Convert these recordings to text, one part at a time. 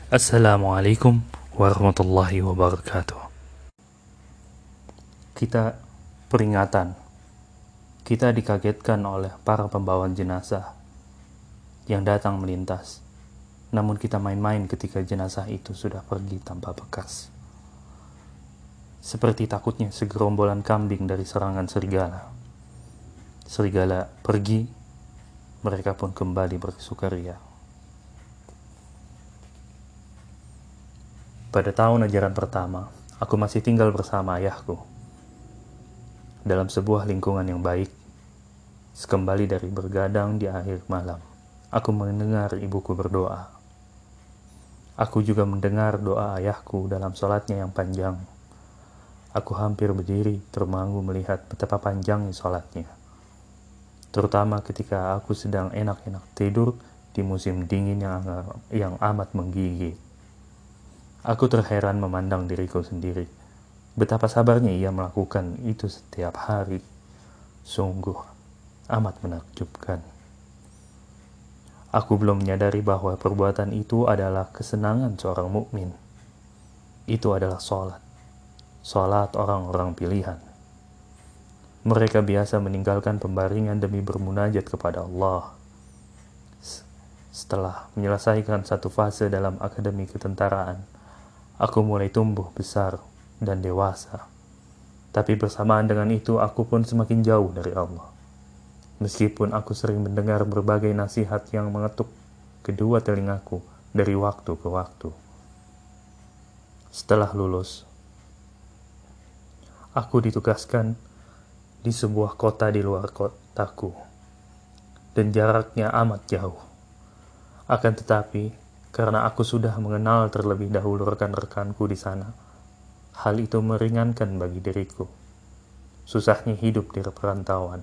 Assalamualaikum warahmatullahi wabarakatuh. Kita peringatan. Kita dikagetkan oleh para pembawa jenazah yang datang melintas. Namun kita main-main ketika jenazah itu sudah pergi tanpa bekas. Seperti takutnya segerombolan kambing dari serangan serigala. Serigala pergi, mereka pun kembali bersukaria. Pada tahun ajaran pertama, aku masih tinggal bersama ayahku. Dalam sebuah lingkungan yang baik, sekembali dari bergadang di akhir malam, aku mendengar ibuku berdoa. Aku juga mendengar doa ayahku dalam sholatnya yang panjang. Aku hampir berdiri termangu melihat betapa panjangnya sholatnya. Terutama ketika aku sedang enak-enak tidur di musim dingin yang amat menggigit. Aku terheran memandang diriku sendiri. Betapa sabarnya ia melakukan itu setiap hari. Sungguh amat menakjubkan. Aku belum menyadari bahwa perbuatan itu adalah kesenangan seorang mukmin. Itu adalah sholat. Sholat orang-orang pilihan. Mereka biasa meninggalkan pembaringan demi bermunajat kepada Allah. Setelah menyelesaikan satu fase dalam akademi ketentaraan, aku mulai tumbuh besar dan dewasa. Tapi bersamaan dengan itu, aku pun semakin jauh dari Allah. Meskipun aku sering mendengar berbagai nasihat yang mengetuk kedua telingaku dari waktu ke waktu. Setelah lulus, aku ditugaskan di sebuah kota di luar kotaku. Dan jaraknya amat jauh. Akan tetapi, karena aku sudah mengenal terlebih dahulu rekan-rekanku di sana, hal itu meringankan bagi diriku. Susahnya hidup di perantauan.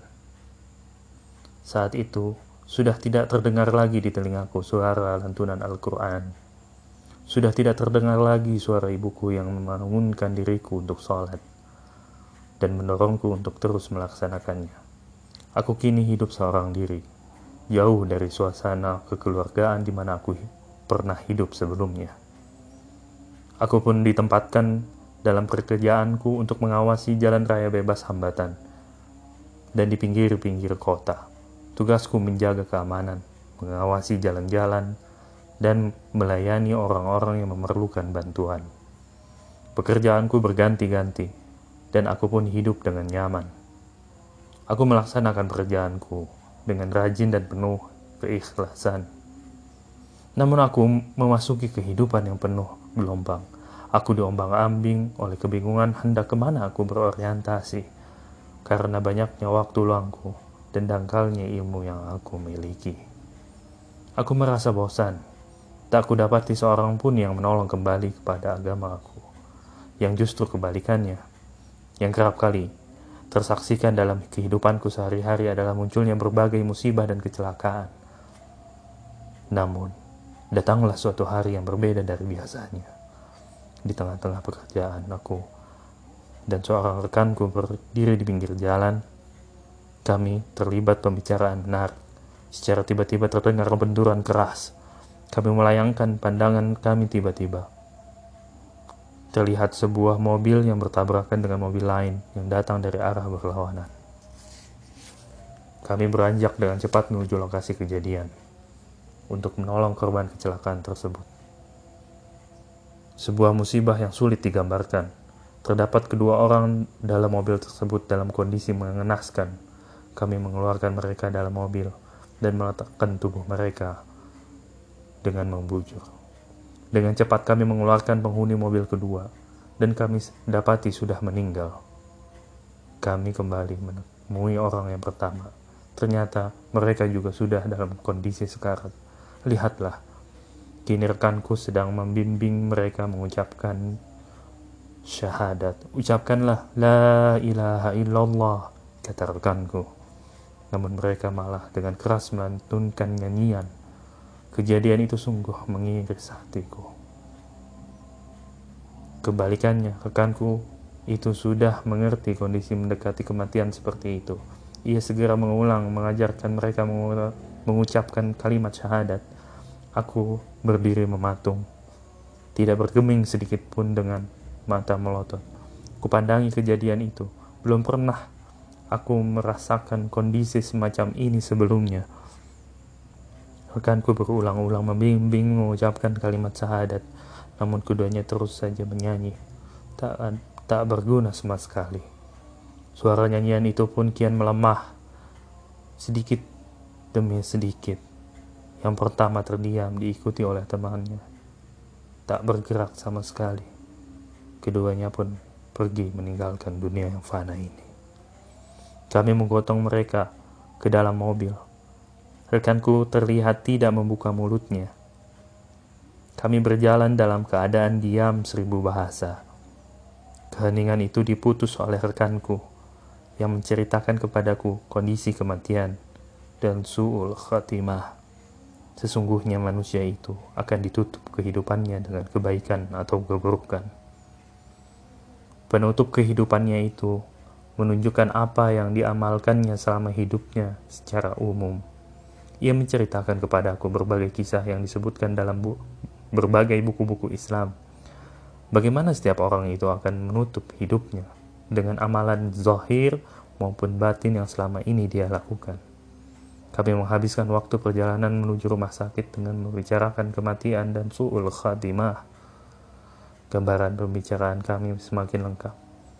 Saat itu, sudah tidak terdengar lagi di telingaku suara lantunan Al-Quran. Sudah tidak terdengar lagi suara ibuku yang membangunkan diriku untuk sholat dan mendorongku untuk terus melaksanakannya. Aku kini hidup seorang diri, jauh dari suasana kekeluargaan di mana aku pernah hidup sebelumnya. Aku pun ditempatkan dalam pekerjaanku untuk mengawasi jalan raya bebas hambatan dan di pinggir-pinggir kota. Tugasku menjaga keamanan, mengawasi jalan-jalan, dan melayani orang-orang yang memerlukan bantuan. Pekerjaanku berganti-ganti, dan aku pun hidup dengan nyaman. Aku melaksanakan pekerjaanku dengan rajin dan penuh keikhlasan. Namun aku memasuki kehidupan yang penuh gelombang. Aku diombang-ambing oleh kebingungan hendak kemana aku berorientasi, karena banyaknya waktu luangku dan dangkalnya ilmu yang aku miliki. Aku merasa bosan. Tak aku dapati seorang pun yang menolong kembali kepada agama aku. Yang justru kebalikannya, yang kerap kali tersaksikan dalam kehidupanku sehari-hari adalah munculnya berbagai musibah dan kecelakaan. Namun, datanglah suatu hari yang berbeda dari biasanya. Di tengah-tengah pekerjaan aku dan seorang rekanku berdiri di pinggir jalan, kami terlibat pembicaraan menarik. Secara tiba-tiba terdengar benturan keras. Kami melayangkan pandangan kami tiba-tiba. Terlihat sebuah mobil yang bertabrakan dengan mobil lain yang datang dari arah berlawanan. Kami beranjak dengan cepat menuju lokasi kejadian untuk menolong korban kecelakaan tersebut. Sebuah musibah yang sulit digambarkan. Terdapat kedua orang dalam mobil tersebut dalam kondisi mengenaskan. Kami mengeluarkan mereka dalam mobil dan meletakkan tubuh mereka dengan membujur. Dengan cepat kami mengeluarkan penghuni mobil kedua dan kami dapati sudah meninggal. Kami kembali menemui orang yang pertama. Ternyata mereka juga sudah dalam kondisi sekarat. Lihatlah, kini rekanku sedang membimbing mereka mengucapkan syahadat. Ucapkanlah la ilaha illallah, kata rekanku. Namun mereka malah dengan keras melantunkan nyanyian. Kejadian itu sungguh mengiris hatiku. Kebalikannya, rekanku itu sudah mengerti kondisi mendekati kematian seperti itu. Ia segera mengajarkan mereka mengucapkan kalimat syahadat. Aku berdiri mematung, tidak bergeming sedikit pun dengan mata melotot. Kupandangi kejadian itu. Belum pernah aku merasakan kondisi semacam ini sebelumnya. Rekanku berulang-ulang membimbing mengucapkan kalimat syahadat, namun keduanya terus saja menyanyi. Tak berguna sama sekali. Suara nyanyian itu pun kian melemah, sedikit demi sedikit. Yang pertama terdiam, diikuti oleh temannya. Tak bergerak sama sekali. Keduanya pun pergi meninggalkan dunia yang fana ini. Kami menggotong mereka ke dalam mobil. Rekanku terlihat tidak membuka mulutnya. Kami berjalan dalam keadaan diam 1000 bahasa. Keheningan itu diputus oleh rekanku yang menceritakan kepadaku kondisi kematian dan su'ul khatimah. Sesungguhnya manusia itu akan ditutup kehidupannya dengan kebaikan atau keburukan. Penutup kehidupannya itu menunjukkan apa yang diamalkannya selama hidupnya secara umum. Ia menceritakan kepadaku berbagai kisah yang disebutkan dalam berbagai buku-buku Islam. Bagaimana setiap orang itu akan menutup hidupnya dengan amalan zahir maupun batin yang selama ini dia lakukan. Kami menghabiskan waktu perjalanan menuju rumah sakit dengan membicarakan kematian dan su'ul khatimah. Gambaran pembicaraan kami semakin lengkap.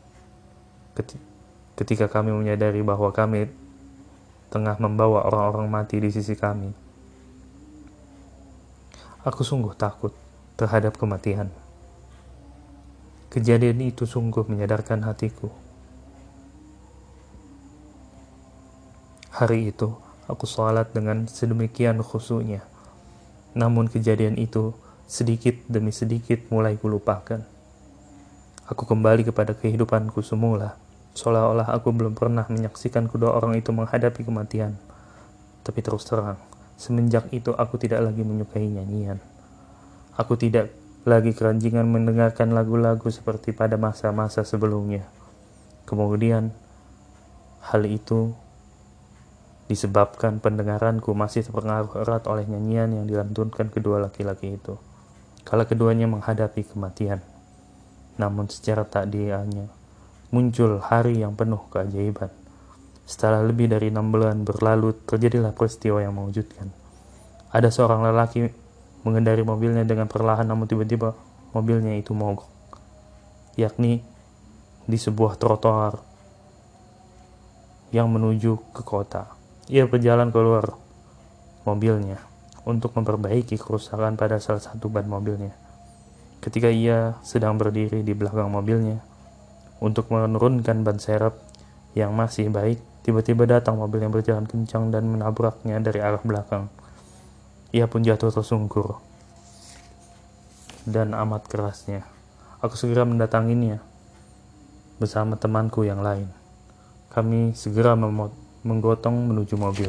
Ketika kami menyadari bahwa kami tengah membawa orang-orang mati di sisi kami, aku sungguh takut terhadap kematian. Kejadian itu sungguh menyadarkan hatiku. Hari itu, aku sholat dengan sedemikian khusyuknya. Namun kejadian itu sedikit demi sedikit mulai kulupakan. Aku kembali kepada kehidupanku semula. Seolah-olah aku belum pernah menyaksikan kedua orang itu menghadapi kematian. Tapi terus terang, semenjak itu aku tidak lagi menyukai nyanyian. Aku tidak lagi keranjingan mendengarkan lagu-lagu seperti pada masa-masa sebelumnya. Kemudian, hal itu disebabkan pendengaranku masih terpengaruh erat oleh nyanyian yang dilantunkan kedua laki-laki itu kala keduanya menghadapi kematian. Namun secara tak dianya, muncul hari yang penuh keajaiban. Setelah lebih dari 6 bulan berlalu, terjadilah peristiwa yang mengejutkan. Ada seorang lelaki mengendari mobilnya dengan perlahan, namun tiba-tiba mobilnya itu mogok, yakni di sebuah trotoar yang menuju ke kota. Ia berjalan keluar mobilnya untuk memperbaiki kerusakan pada salah satu ban mobilnya. Ketika ia sedang berdiri di belakang mobilnya untuk menurunkan ban serep yang masih baik, tiba-tiba datang mobil yang berjalan kencang dan menabraknya dari arah belakang. Ia pun jatuh tersungkur dan amat kerasnya. Aku segera mendatanginya bersama temanku yang lain. Kami segera menggotong menuju mobil.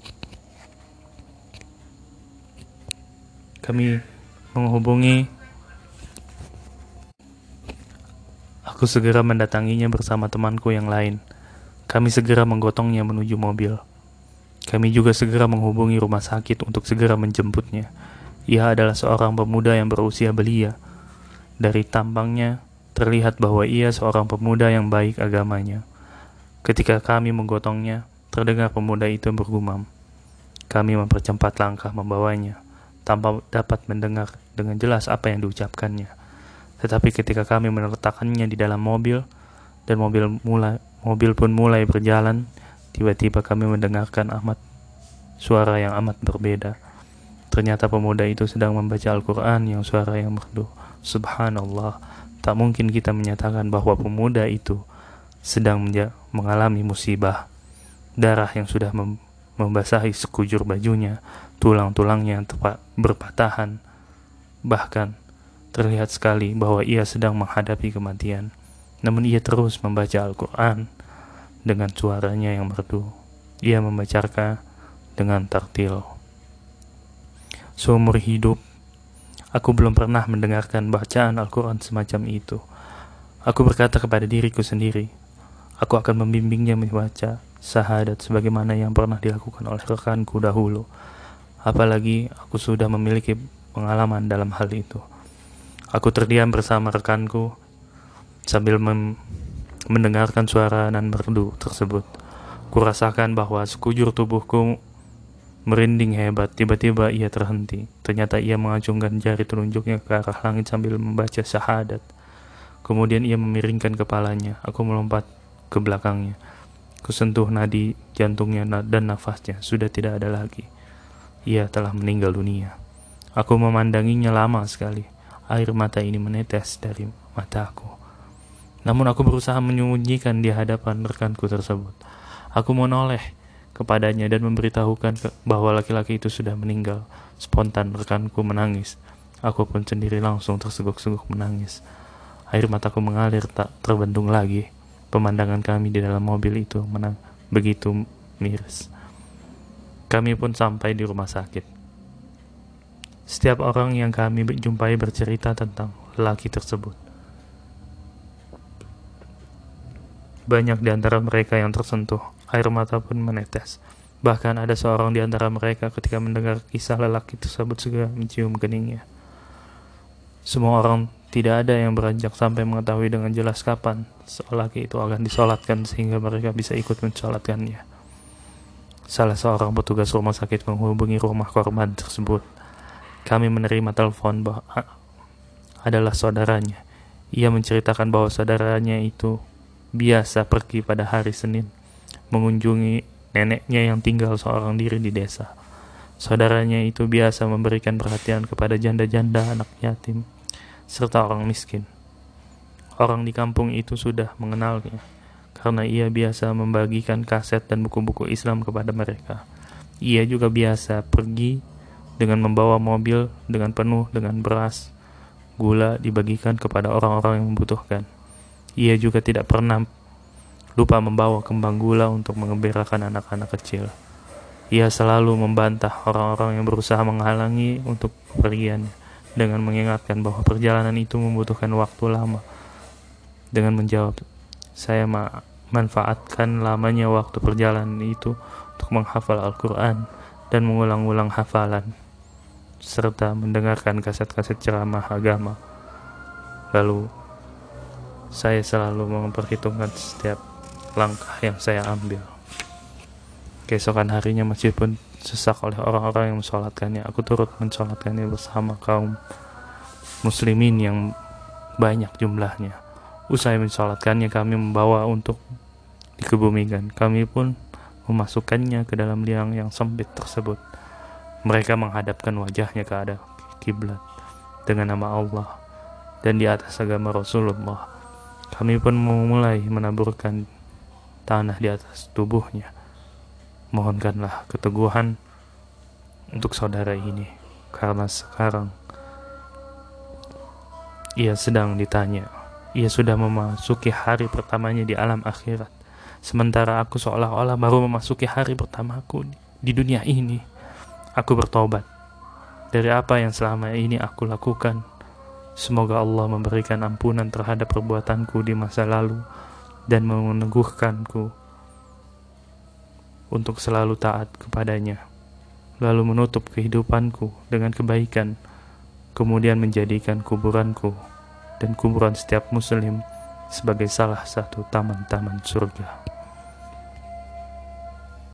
Aku segera mendatanginya bersama temanku yang lain. Kami segera menggotongnya menuju mobil. Kami juga segera menghubungi rumah sakit untuk segera menjemputnya. Ia adalah seorang pemuda yang berusia belia. Dari tampangnya, terlihat bahwa ia seorang pemuda yang baik agamanya. Ketika kami menggotongnya, terdengar pemuda itu bergumam. Kami mempercepat langkah membawanya, tanpa dapat mendengar dengan jelas apa yang diucapkannya. Tetapi ketika kami meletakkannya di dalam mobil, dan mobil pun mulai berjalan, tiba-tiba kami mendengarkan suara yang amat berbeda. Ternyata pemuda itu sedang membaca Al-Quran yang suara yang merdu. Subhanallah, tak mungkin kita menyatakan bahwa pemuda itu sedang mengalami musibah. Darah yang sudah membasahi sekujur bajunya, tulang-tulangnya yang berpatahan. Bahkan terlihat sekali bahwa ia sedang menghadapi kematian. Namun ia terus membaca Al-Quran dengan suaranya yang merdu. Ia membacakan dengan tartil. Seumur hidup, aku belum pernah mendengarkan bacaan Al-Quran semacam itu. Aku berkata kepada diriku sendiri, aku akan membimbingnya membaca syahadat sebagaimana yang pernah dilakukan oleh rekanku dahulu. Apalagi aku sudah memiliki pengalaman dalam hal itu. Aku terdiam bersama rekanku sambil mendengarkan suara nan merdu tersebut. Kurasakan bahwa sekujur tubuhku merinding hebat. Tiba-tiba ia terhenti. Ternyata ia mengacungkan jari telunjuknya ke arah langit sambil membaca syahadat. Kemudian ia memiringkan kepalanya. Aku melompat ke belakangnya. Kusentuh nadi jantungnya dan nafasnya sudah tidak ada lagi. Ia telah meninggal dunia. Aku memandanginya lama sekali. Air mata ini menetes dari mataku. Namun aku berusaha menyembunyikan di hadapan rekanku tersebut. Aku menoleh kepadanya dan memberitahukan bahwa laki-laki itu sudah meninggal. Spontan rekanku menangis. Aku pun sendiri langsung terseguk-seguk menangis. Air mataku mengalir tak terbendung lagi. Pemandangan kami di dalam mobil itu begitu miris. Kami pun sampai di rumah sakit. Setiap orang yang kami jumpai bercerita tentang lelaki tersebut. Banyak di antara mereka yang tersentuh, air mata pun menetes. Bahkan ada seorang di antara mereka ketika mendengar kisah lelaki tersebut segera mencium keningnya. Semua orang tidak ada yang beranjak sampai mengetahui dengan jelas kapan lelaki itu akan disolatkan sehingga mereka bisa ikut mensolatkannya. Salah seorang petugas rumah sakit menghubungi rumah korban tersebut. Kami menerima telepon bahwa adalah saudaranya. Ia menceritakan bahwa saudaranya itu biasa pergi pada hari Senin mengunjungi neneknya yang tinggal seorang diri di desa. Saudaranya itu biasa memberikan perhatian kepada janda-janda, anak yatim, serta orang miskin. Orang di kampung itu sudah mengenalnya, karena ia biasa membagikan kaset dan buku-buku Islam kepada mereka. Ia juga biasa pergi dengan membawa mobil dengan penuh dengan beras, gula dibagikan kepada orang-orang yang membutuhkan. Ia juga tidak pernah lupa membawa kembang gula untuk mengembirakan anak-anak kecil. Ia selalu membantah orang-orang yang berusaha menghalangi untuk kepergiannya, dengan mengingatkan bahwa perjalanan itu membutuhkan waktu lama. Dengan menjawab, saya manfaatkan lamanya waktu perjalanan itu untuk menghafal Al-Quran dan mengulang-ulang hafalan, serta mendengarkan kaset-kaset ceramah agama. Lalu, saya selalu memperhitungkan setiap langkah yang saya ambil. Keesokan harinya, meskipun sesak oleh orang-orang yang mensolatkannya, aku turut mensolatkannya bersama kaum muslimin yang banyak jumlahnya. Usai mensolatkannya, kami membawa untuk dikebumikan. Kami pun memasukkannya ke dalam liang yang sempit tersebut. Mereka menghadapkan wajahnya ke arah kiblat dengan nama Allah dan di atas agama Rasulullah. Kami pun memulai menaburkan tanah di atas tubuhnya. Mohonkanlah keteguhan untuk saudara ini, karena sekarang ia sedang ditanya. Ia sudah memasuki hari pertamanya di alam akhirat, sementara aku seolah-olah baru memasuki hari pertamaku di dunia ini. Aku bertobat dari apa yang selama ini aku lakukan. Semoga Allah memberikan ampunan terhadap perbuatanku di masa lalu dan meneguhkanku untuk selalu taat kepadanya, lalu menutup kehidupanku dengan kebaikan, kemudian menjadikan kuburanku dan kuburan setiap muslim sebagai salah satu taman-taman surga.